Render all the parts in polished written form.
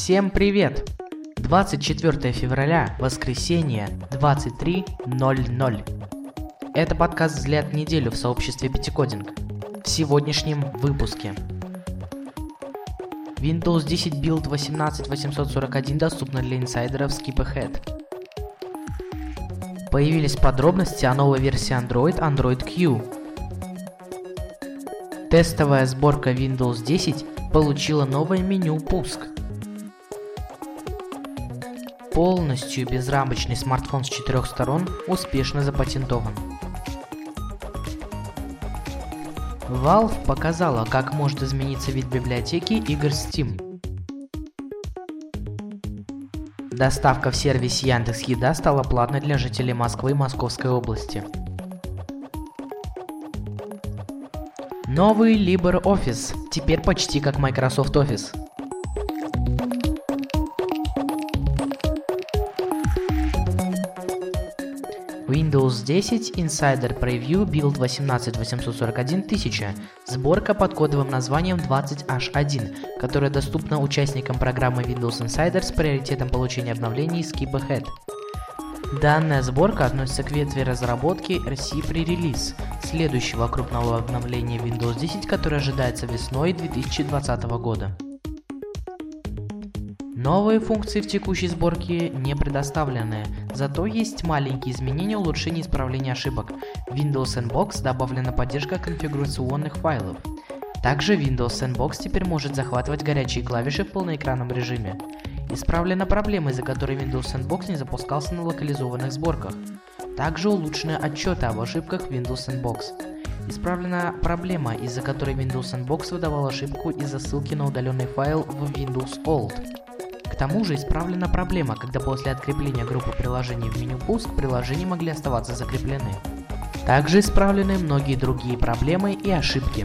Всем привет! 24 февраля, воскресенье, 23:00. Это подкаст «Взгляд в неделю» в сообществе Пятикодинг. В сегодняшнем выпуске. Windows 10 Build 18841 доступна для инсайдеров Skip Ahead. Появились подробности о новой версии Android Q. Тестовая сборка Windows 10 получила новое меню «Пуск». Полностью безрамочный смартфон с 4 сторон успешно запатентован. Valve показала, как может измениться вид библиотеки игр Steam. Доставка в сервисе Яндекс.Еда стала платной для жителей Москвы и Московской области. Новый LibreOffice, теперь почти как Microsoft Office. Windows 10 Insider Preview Build 18841 сборка под кодовым названием 20H1, которая доступна участникам программы Windows Insider с приоритетом получения обновлений Skip Ahead. Данная сборка относится к ветви разработки RC Pre-Release, следующего крупного обновления Windows 10, которое ожидается весной 2020 года. Новые функции в текущей сборке не предоставлены, зато есть маленькие изменения, улучшения и исправления ошибок. В Windows Sandbox добавлена поддержка конфигурационных файлов. Также Windows Sandbox теперь может захватывать горячие клавиши в полноэкранном режиме. Исправлена проблема, из-за которой Windows Sandbox не запускался на локализованных сборках. Также улучшены отчеты об ошибках в Windows Sandbox. Исправлена проблема, из-за которой Windows Sandbox выдавал ошибку из-за ссылки на удаленный файл в Windows Old. К тому же исправлена проблема, когда после открепления группы приложений в меню «Пуск» приложения могли оставаться закреплены. Также исправлены многие другие проблемы и ошибки.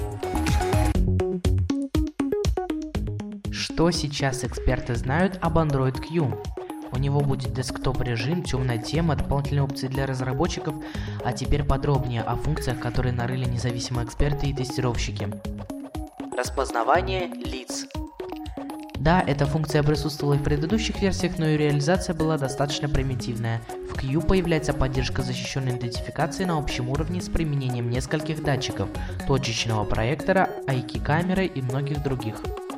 Что сейчас эксперты знают об Android Q? У него будет десктоп-режим, темная тема, дополнительные опции для разработчиков, а теперь подробнее о функциях, которые нарыли независимые эксперты и тестировщики. Распознавание лиц. Да, эта функция присутствовала и в предыдущих версиях, но ее реализация была достаточно примитивная. В Q появляется поддержка защищенной идентификации на общем уровне с применением нескольких датчиков, точечного проектора, IK-камеры и многих других.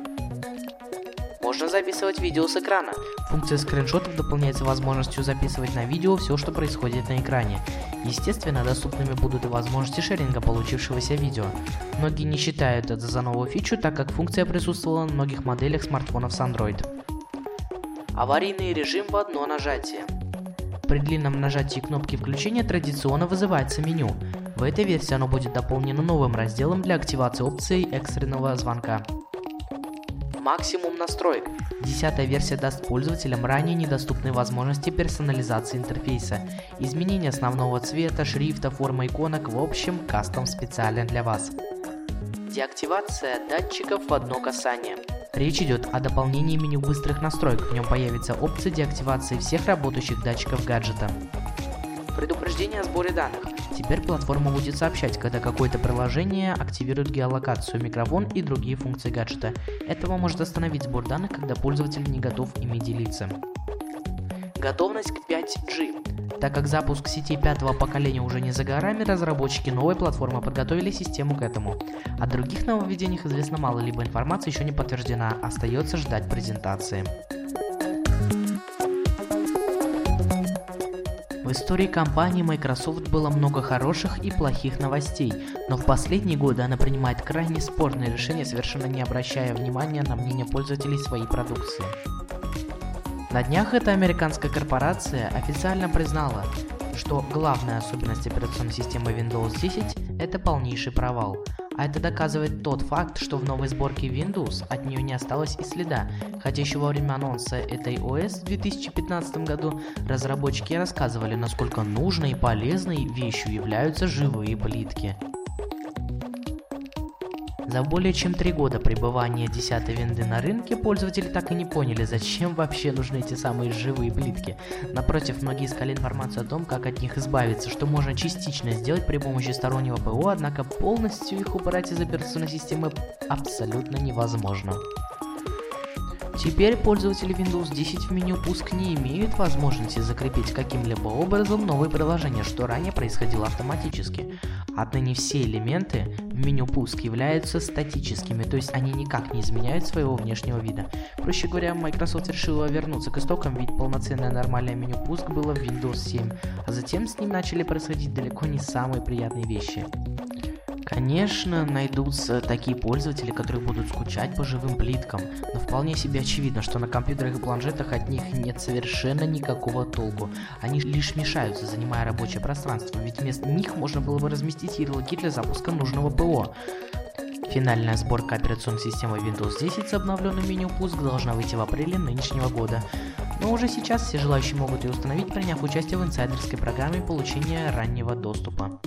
Можно записывать видео с экрана. Функция скриншотов дополняется возможностью записывать на видео все, что происходит на экране. Естественно, доступными будут и возможности шеринга получившегося видео. Многие не считают это за новую фичу, так как функция присутствовала на многих моделях смартфонов с Android. Аварийный режим в одно нажатие. При длинном нажатии кнопки включения традиционно вызывается меню. В этой версии оно будет дополнено новым разделом для активации опции экстренного звонка. Максимум настроек. 10-я версия даст пользователям ранее недоступные возможности персонализации интерфейса, изменения основного цвета, шрифта, формы иконок, в общем, кастом специально для вас. Деактивация датчиков в одно касание. Речь идет о дополнении меню быстрых настроек, в нем появится опция деактивации всех работающих датчиков гаджета. Предупреждение о сборе данных. Теперь платформа будет сообщать, когда какое-то приложение активирует геолокацию, микрофон и другие функции гаджета. Это может остановить сбор данных, когда пользователь не готов ими делиться. Готовность к 5G. Так как запуск сетей 5-го поколения уже не за горами, разработчики новой платформы подготовили систему к этому. О других нововведениях известно мало, либо информация еще не подтверждена, остается ждать презентации. В истории компании Microsoft было много хороших и плохих новостей, но в последние годы она принимает крайне спорные решения, совершенно не обращая внимания на мнение пользователей своей продукции. На днях эта американская корпорация официально признала, что главная особенность операционной системы Windows 10 – это полнейший провал. А это доказывает тот факт, что в новой сборке Windows от нее не осталось и следа, хотя еще во время анонса этой ОС в 2015 году разработчики рассказывали, насколько нужной и полезной вещью являются живые плитки. За более чем 3 года пребывания 10-й винды на рынке пользователи так и не поняли, зачем вообще нужны эти самые живые плитки. Напротив, многие искали информацию о том, как от них избавиться, что можно частично сделать при помощи стороннего ПО, однако полностью их убрать из операционной системы абсолютно невозможно. Теперь пользователи Windows 10 в меню «Пуск» не имеют возможности закрепить каким-либо образом новые приложения, что ранее происходило автоматически. Отныне все элементы в меню «Пуск» являются статическими, то есть они никак не изменяют своего внешнего вида. Проще говоря, Microsoft решила вернуться к истокам, ведь полноценное нормальное меню «Пуск» было в Windows 7, а затем с ним начали происходить далеко не самые приятные вещи. Конечно, найдутся такие пользователи, которые будут скучать по живым плиткам, но вполне себе очевидно, что на компьютерах и планшетах от них нет совершенно никакого толку. Они лишь мешаются, занимая рабочее пространство, ведь вместо них можно было бы разместить ярлыки для запуска нужного ПО. Финальная сборка операционной системы Windows 10 с обновленным меню «Пуск» должна выйти в апреле нынешнего года. Но уже сейчас все желающие могут ее установить, приняв участие в инсайдерской программе получения раннего доступа.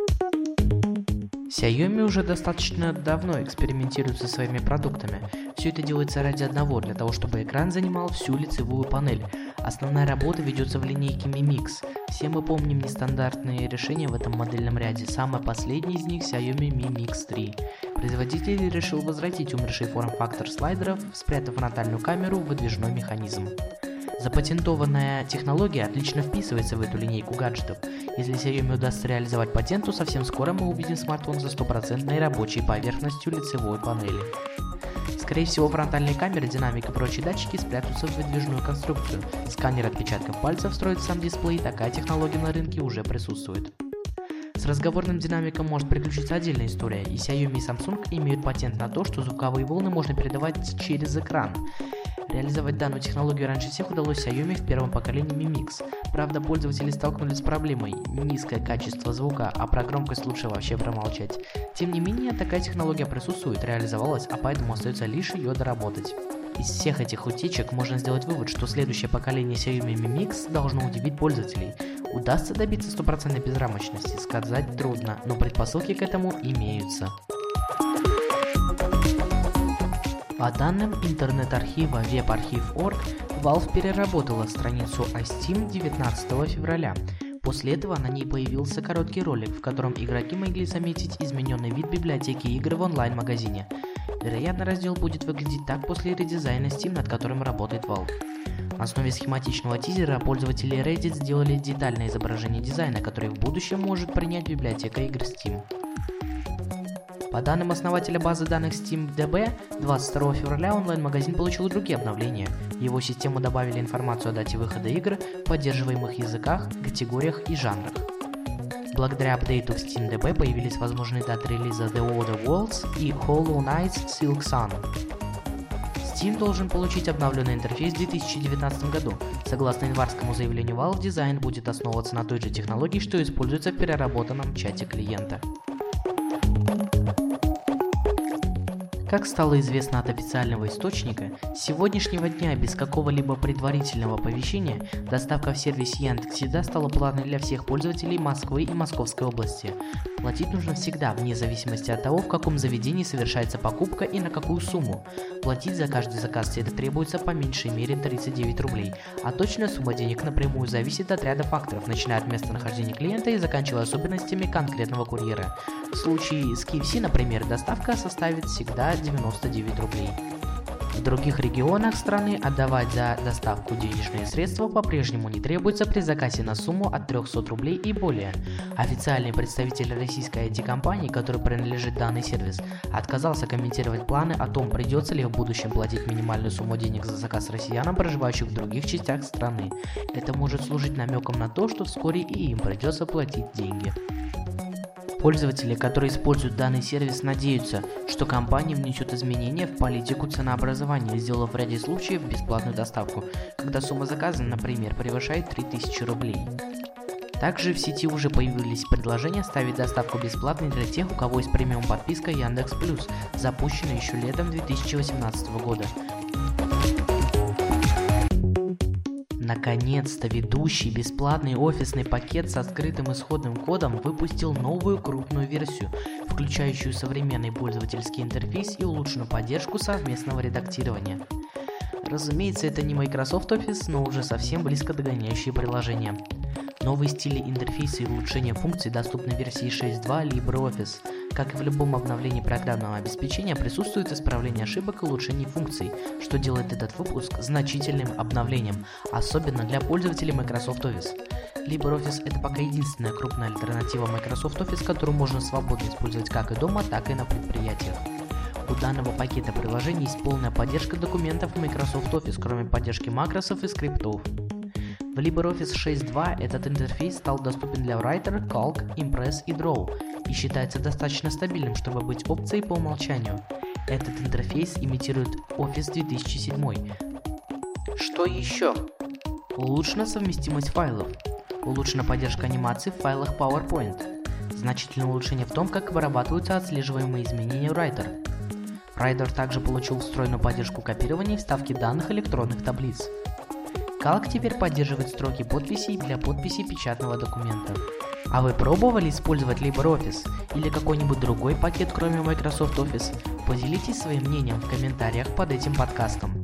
Xiaomi уже достаточно давно экспериментирует со своими продуктами. Все это делается ради одного, для того, чтобы экран занимал всю лицевую панель. Основная работа ведется в линейке Mi Mix. Все мы помним нестандартные решения в этом модельном ряде. Самый последний из них Xiaomi Mi Mix 3. Производитель решил возвратить умерший форм-фактор слайдеров, спрятав фронтальную камеру в выдвижной механизм. Запатентованная технология отлично вписывается в эту линейку гаджетов. Если Xiaomi удастся реализовать патент, то совсем скоро мы увидим смартфон за стопроцентной рабочей поверхностью лицевой панели. Скорее всего, фронтальные камеры, динамик и прочие датчики спрячутся в выдвижную конструкцию. Сканер отпечатков пальцев встроит в сам дисплей, такая технология на рынке уже присутствует. С разговорным динамиком может приключиться отдельная история, и Xiaomi и Samsung имеют патент на то, что звуковые волны можно передавать через экран. Реализовать данную технологию раньше всех удалось Xiaomi в первом поколении Mi Mix. Правда, пользователи столкнулись с проблемой – низкое качество звука, а про громкость лучше вообще промолчать. Тем не менее, такая технология присутствует, реализовалась, а поэтому остается лишь ее доработать. Из всех этих утечек можно сделать вывод, что следующее поколение Xiaomi Mi Mix должно удивить пользователей. Удастся добиться стопроцентной безрамочности, сказать трудно, но предпосылки к этому имеются. По данным интернет-архива WebArchive.org, Valve переработала страницу о Steam 19 февраля. После этого на ней появился короткий ролик, в котором игроки могли заметить измененный вид библиотеки игр в онлайн-магазине. Вероятно, раздел будет выглядеть так после редизайна Steam, над которым работает Valve. На основе схематичного тизера пользователи Reddit сделали детальное изображение дизайна, который в будущем может принять библиотека игр Steam. По данным основателя базы данных SteamDB, 22 февраля онлайн-магазин получил и другие обновления. В его систему добавили информацию о дате выхода игр, поддерживаемых языках, категориях и жанрах. Благодаря апдейту в SteamDB появились возможные даты релиза The Outer Worlds и Hollow Knight Silk Sun. Steam должен получить обновленный интерфейс в 2019 году. Согласно январскому заявлению Valve, дизайн будет основываться на той же технологии, что используется в переработанном чате клиента. Как стало известно от официального источника, с сегодняшнего дня без какого-либо предварительного оповещения доставка в сервис Яндекс.Еда стала платной для всех пользователей Москвы и Московской области. Платить нужно всегда, вне зависимости от того, в каком заведении совершается покупка и на какую сумму. Платить за каждый заказ теперь требуется по меньшей мере 39 рублей, а точная сумма денег напрямую зависит от ряда факторов, начиная от местонахождения клиента и заканчивая особенностями конкретного курьера. В случае с KFC, например, доставка составит всегда 99 рублей. В других регионах страны отдавать за доставку денежные средства по-прежнему не требуется при заказе на сумму от 300 рублей и более. Официальный представитель российской IT-компании, которой принадлежит данный сервис, отказался комментировать планы о том, придется ли в будущем платить минимальную сумму денег за заказ россиянам, проживающих в других частях страны. Это может служить намеком на то, что вскоре и им придется платить деньги. Пользователи, которые используют данный сервис, надеются, что компания внесет изменения в политику ценообразования, сделав в ряде случаев бесплатную доставку, когда сумма заказа, например, превышает 3000 рублей. Также в сети уже появились предложения ставить доставку бесплатной для тех, у кого есть премиум подписка Яндекс.Плюс, запущенная еще летом 2018 года. Наконец-то ведущий бесплатный офисный пакет со скрытым исходным кодом выпустил новую крупную версию, включающую современный пользовательский интерфейс и улучшенную поддержку совместного редактирования. Разумеется, это не Microsoft Office, но уже совсем близко догоняющие приложения. Новые стили интерфейса и улучшения функций доступны в версии 6.2 LibreOffice. Как и в любом обновлении программного обеспечения, присутствует исправление ошибок и улучшений функций, что делает этот выпуск значительным обновлением, особенно для пользователей Microsoft Office. LibreOffice — это пока единственная крупная альтернатива Microsoft Office, которую можно свободно использовать как и дома, так и на предприятиях. У данного пакета приложений есть полная поддержка документов Microsoft Office, кроме поддержки макросов и скриптов. В LibreOffice 6.2 этот интерфейс стал доступен для Writer, Calc, Impress и Draw и считается достаточно стабильным, чтобы быть опцией по умолчанию. Этот интерфейс имитирует Office 2007. Что еще? Улучшена совместимость файлов. Улучшена поддержка анимаций в файлах PowerPoint. Значительное улучшение в том, как вырабатываются отслеживаемые изменения в Writer. Writer также получил встроенную поддержку копирования и вставки данных электронных таблиц. Calc теперь поддерживает строки подписей для подписи печатного документа. А вы пробовали использовать LibreOffice или какой-нибудь другой пакет, кроме Microsoft Office? Поделитесь своим мнением в комментариях под этим подкастом.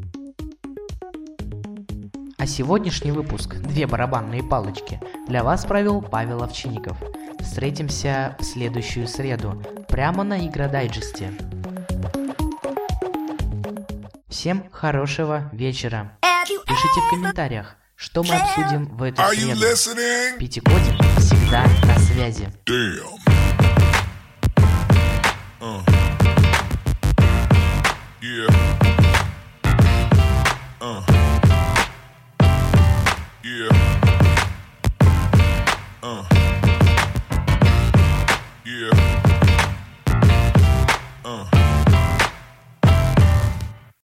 А сегодняшний выпуск «Две барабанные палочки» для вас провел Павел Овчинников. Встретимся в следующую среду, прямо на Игродайджесте. Всем хорошего вечера. Пишите в комментариях, что мы обсудим в эту среду. Пятикодик всегда на связи. Yeah.